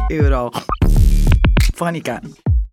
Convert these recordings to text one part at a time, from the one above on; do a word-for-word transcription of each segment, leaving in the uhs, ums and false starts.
euro. Funny can.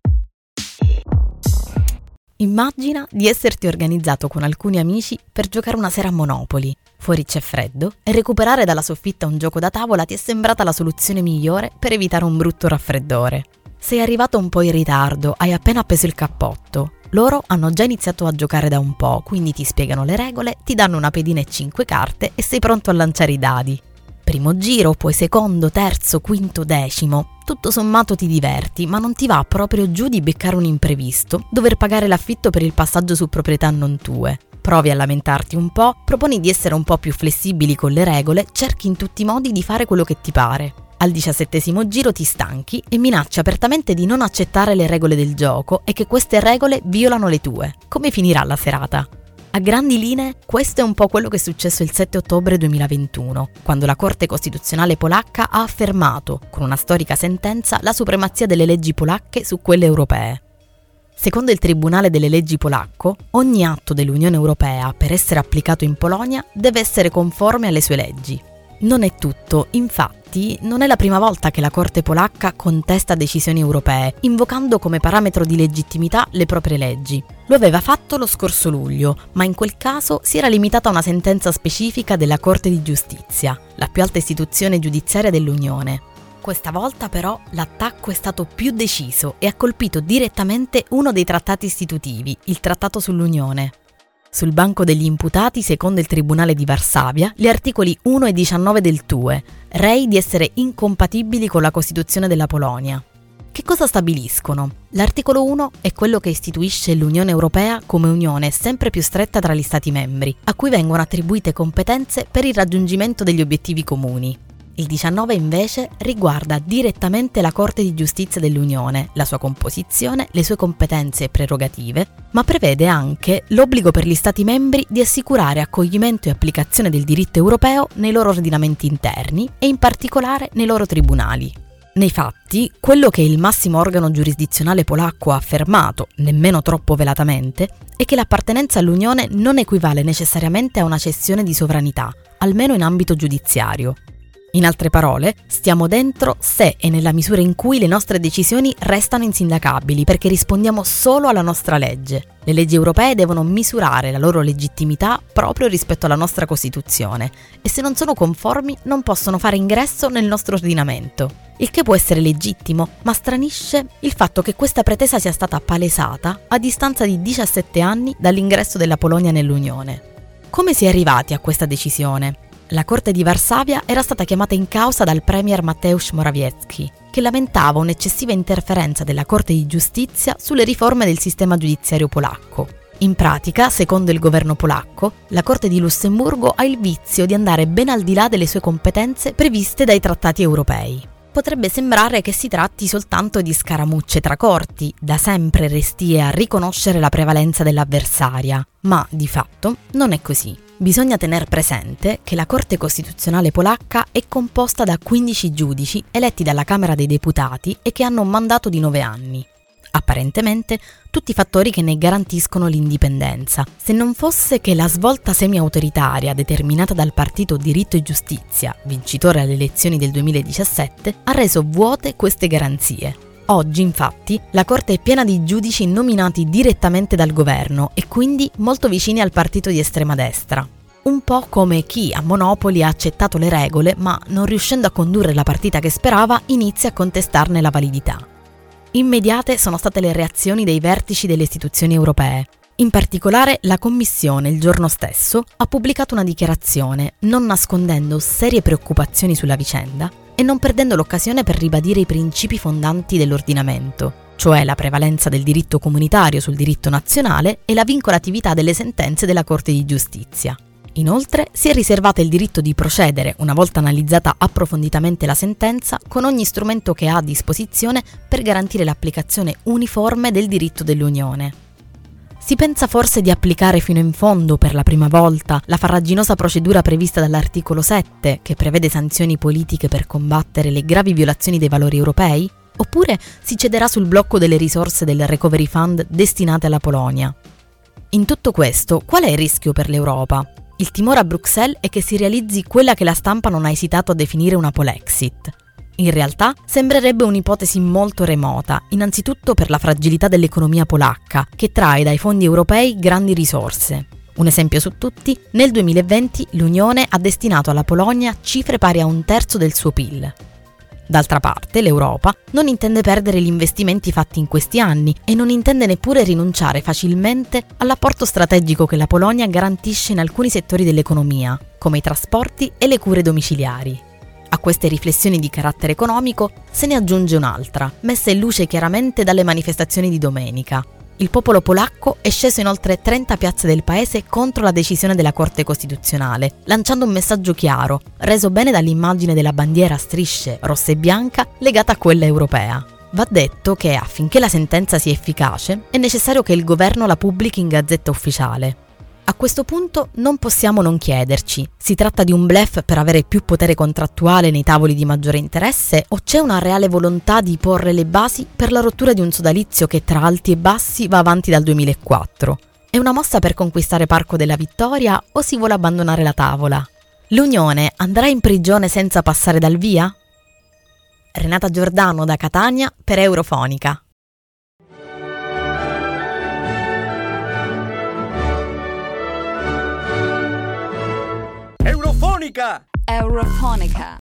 Immagina di esserti organizzato con alcuni amici per giocare una sera a Monopoli. Fuori c'è freddo e recuperare dalla soffitta un gioco da tavola ti è sembrata la soluzione migliore per evitare un brutto raffreddore. Sei arrivato un po' in ritardo, hai appena appeso il cappotto. Loro hanno già iniziato a giocare da un po', quindi ti spiegano le regole, ti danno una pedina e cinque carte e sei pronto a lanciare i dadi. Primo giro, poi secondo, terzo, quinto, decimo. Tutto sommato ti diverti, ma non ti va proprio giù di beccare un imprevisto, dover pagare l'affitto per il passaggio su proprietà non tue. Provi a lamentarti un po', proponi di essere un po' più flessibili con le regole, cerchi in tutti i modi di fare quello che ti pare. Al diciassettesimo giro ti stanchi e minacci apertamente di non accettare le regole del gioco e che queste regole violano le tue. Come finirà la serata? A grandi linee, questo è un po' quello che è successo il sette ottobre duemilaventuno, quando la Corte Costituzionale polacca ha affermato, con una storica sentenza, la supremazia delle leggi polacche su quelle europee. Secondo il Tribunale delle leggi polacco, ogni atto dell'Unione Europea, per essere applicato in Polonia, deve essere conforme alle sue leggi. Non è tutto, infatti, non è la prima volta che la Corte polacca contesta decisioni europee, invocando come parametro di legittimità le proprie leggi. Lo aveva fatto lo scorso luglio, ma in quel caso si era limitata a una sentenza specifica della Corte di Giustizia, la più alta istituzione giudiziaria dell'Unione. Questa volta però l'attacco è stato più deciso e ha colpito direttamente uno dei trattati istitutivi, il Trattato sull'Unione. Sul banco degli imputati, secondo il Tribunale di Varsavia, gli articoli uno e diciannove del T U E, rei di essere incompatibili con la Costituzione della Polonia. Che cosa stabiliscono? L'articolo uno è quello che istituisce l'Unione Europea come unione sempre più stretta tra gli Stati membri, a cui vengono attribuite competenze per il raggiungimento degli obiettivi comuni. Il diciannove invece riguarda direttamente la Corte di Giustizia dell'Unione, la sua composizione, le sue competenze e prerogative, ma prevede anche l'obbligo per gli Stati membri di assicurare accoglimento e applicazione del diritto europeo nei loro ordinamenti interni e in particolare nei loro tribunali. Nei fatti, quello che il massimo organo giurisdizionale polacco ha affermato, nemmeno troppo velatamente, è che l'appartenenza all'Unione non equivale necessariamente a una cessione di sovranità, almeno in ambito giudiziario. In altre parole, stiamo dentro se e nella misura in cui le nostre decisioni restano insindacabili perché rispondiamo solo alla nostra legge. Le leggi europee devono misurare la loro legittimità proprio rispetto alla nostra Costituzione e se non sono conformi non possono fare ingresso nel nostro ordinamento. Il che può essere legittimo, ma stranisce il fatto che questa pretesa sia stata palesata a distanza di diciassette anni dall'ingresso della Polonia nell'Unione. Come si è arrivati a questa decisione? La Corte di Varsavia era stata chiamata in causa dal premier Mateusz Morawiecki, che lamentava un'eccessiva interferenza della Corte di Giustizia sulle riforme del sistema giudiziario polacco. In pratica, secondo il governo polacco, la Corte di Lussemburgo ha il vizio di andare ben al di là delle sue competenze previste dai trattati europei. Potrebbe sembrare che si tratti soltanto di scaramucce tra corti, da sempre restie a riconoscere la prevalenza dell'avversaria, ma di fatto non è così. Bisogna tener presente che la Corte Costituzionale polacca è composta da quindici giudici eletti dalla Camera dei Deputati e che hanno un mandato di nove anni. Apparentemente, tutti fattori che ne garantiscono l'indipendenza, se non fosse che la svolta semi-autoritaria determinata dal partito Diritto e Giustizia, vincitore alle elezioni del duemiladiciassette, ha reso vuote queste garanzie. Oggi, infatti, la Corte è piena di giudici nominati direttamente dal governo e quindi molto vicini al partito di estrema destra. Un po' come chi a Monopoli ha accettato le regole, ma non riuscendo a condurre la partita che sperava, inizia a contestarne la validità. Immediate sono state le reazioni dei vertici delle istituzioni europee. In particolare, la Commissione il giorno stesso ha pubblicato una dichiarazione, non nascondendo serie preoccupazioni sulla vicenda e non perdendo l'occasione per ribadire i principi fondanti dell'ordinamento, cioè la prevalenza del diritto comunitario sul diritto nazionale e la vincolatività delle sentenze della Corte di Giustizia. Inoltre, si è riservata il diritto di procedere, una volta analizzata approfonditamente la sentenza, con ogni strumento che ha a disposizione per garantire l'applicazione uniforme del diritto dell'Unione. Si pensa forse di applicare fino in fondo, per la prima volta, la farraginosa procedura prevista dall'articolo sette, che prevede sanzioni politiche per combattere le gravi violazioni dei valori europei? Oppure si cederà sul blocco delle risorse del Recovery Fund destinate alla Polonia? In tutto questo, qual è il rischio per l'Europa? Il timore a Bruxelles è che si realizzi quella che la stampa non ha esitato a definire una Polexit. In realtà sembrerebbe un'ipotesi molto remota, innanzitutto per la fragilità dell'economia polacca, che trae dai fondi europei grandi risorse. Un esempio su tutti, nel duemilaventi l'Unione ha destinato alla Polonia cifre pari a un terzo del suo P I L. D'altra parte, l'Europa non intende perdere gli investimenti fatti in questi anni e non intende neppure rinunciare facilmente all'apporto strategico che la Polonia garantisce in alcuni settori dell'economia, come i trasporti e le cure domiciliari. A queste riflessioni di carattere economico se ne aggiunge un'altra, messa in luce chiaramente dalle manifestazioni di domenica. Il popolo polacco è sceso in oltre trenta piazze del paese contro la decisione della Corte Costituzionale, lanciando un messaggio chiaro, reso bene dall'immagine della bandiera a strisce rossa e bianca legata a quella europea. Va detto che affinché la sentenza sia efficace è necessario che il governo la pubblichi in Gazzetta Ufficiale. A questo punto non possiamo non chiederci, si tratta di un bluff per avere più potere contrattuale nei tavoli di maggiore interesse o c'è una reale volontà di porre le basi per la rottura di un sodalizio che tra alti e bassi va avanti dal duemilaquattro? È una mossa per conquistare Parco della Vittoria o si vuole abbandonare la tavola? L'Unione andrà in prigione senza passare dal via? Renata Giordano da Catania per Eurofonica. Eurofonica! Eurofonica.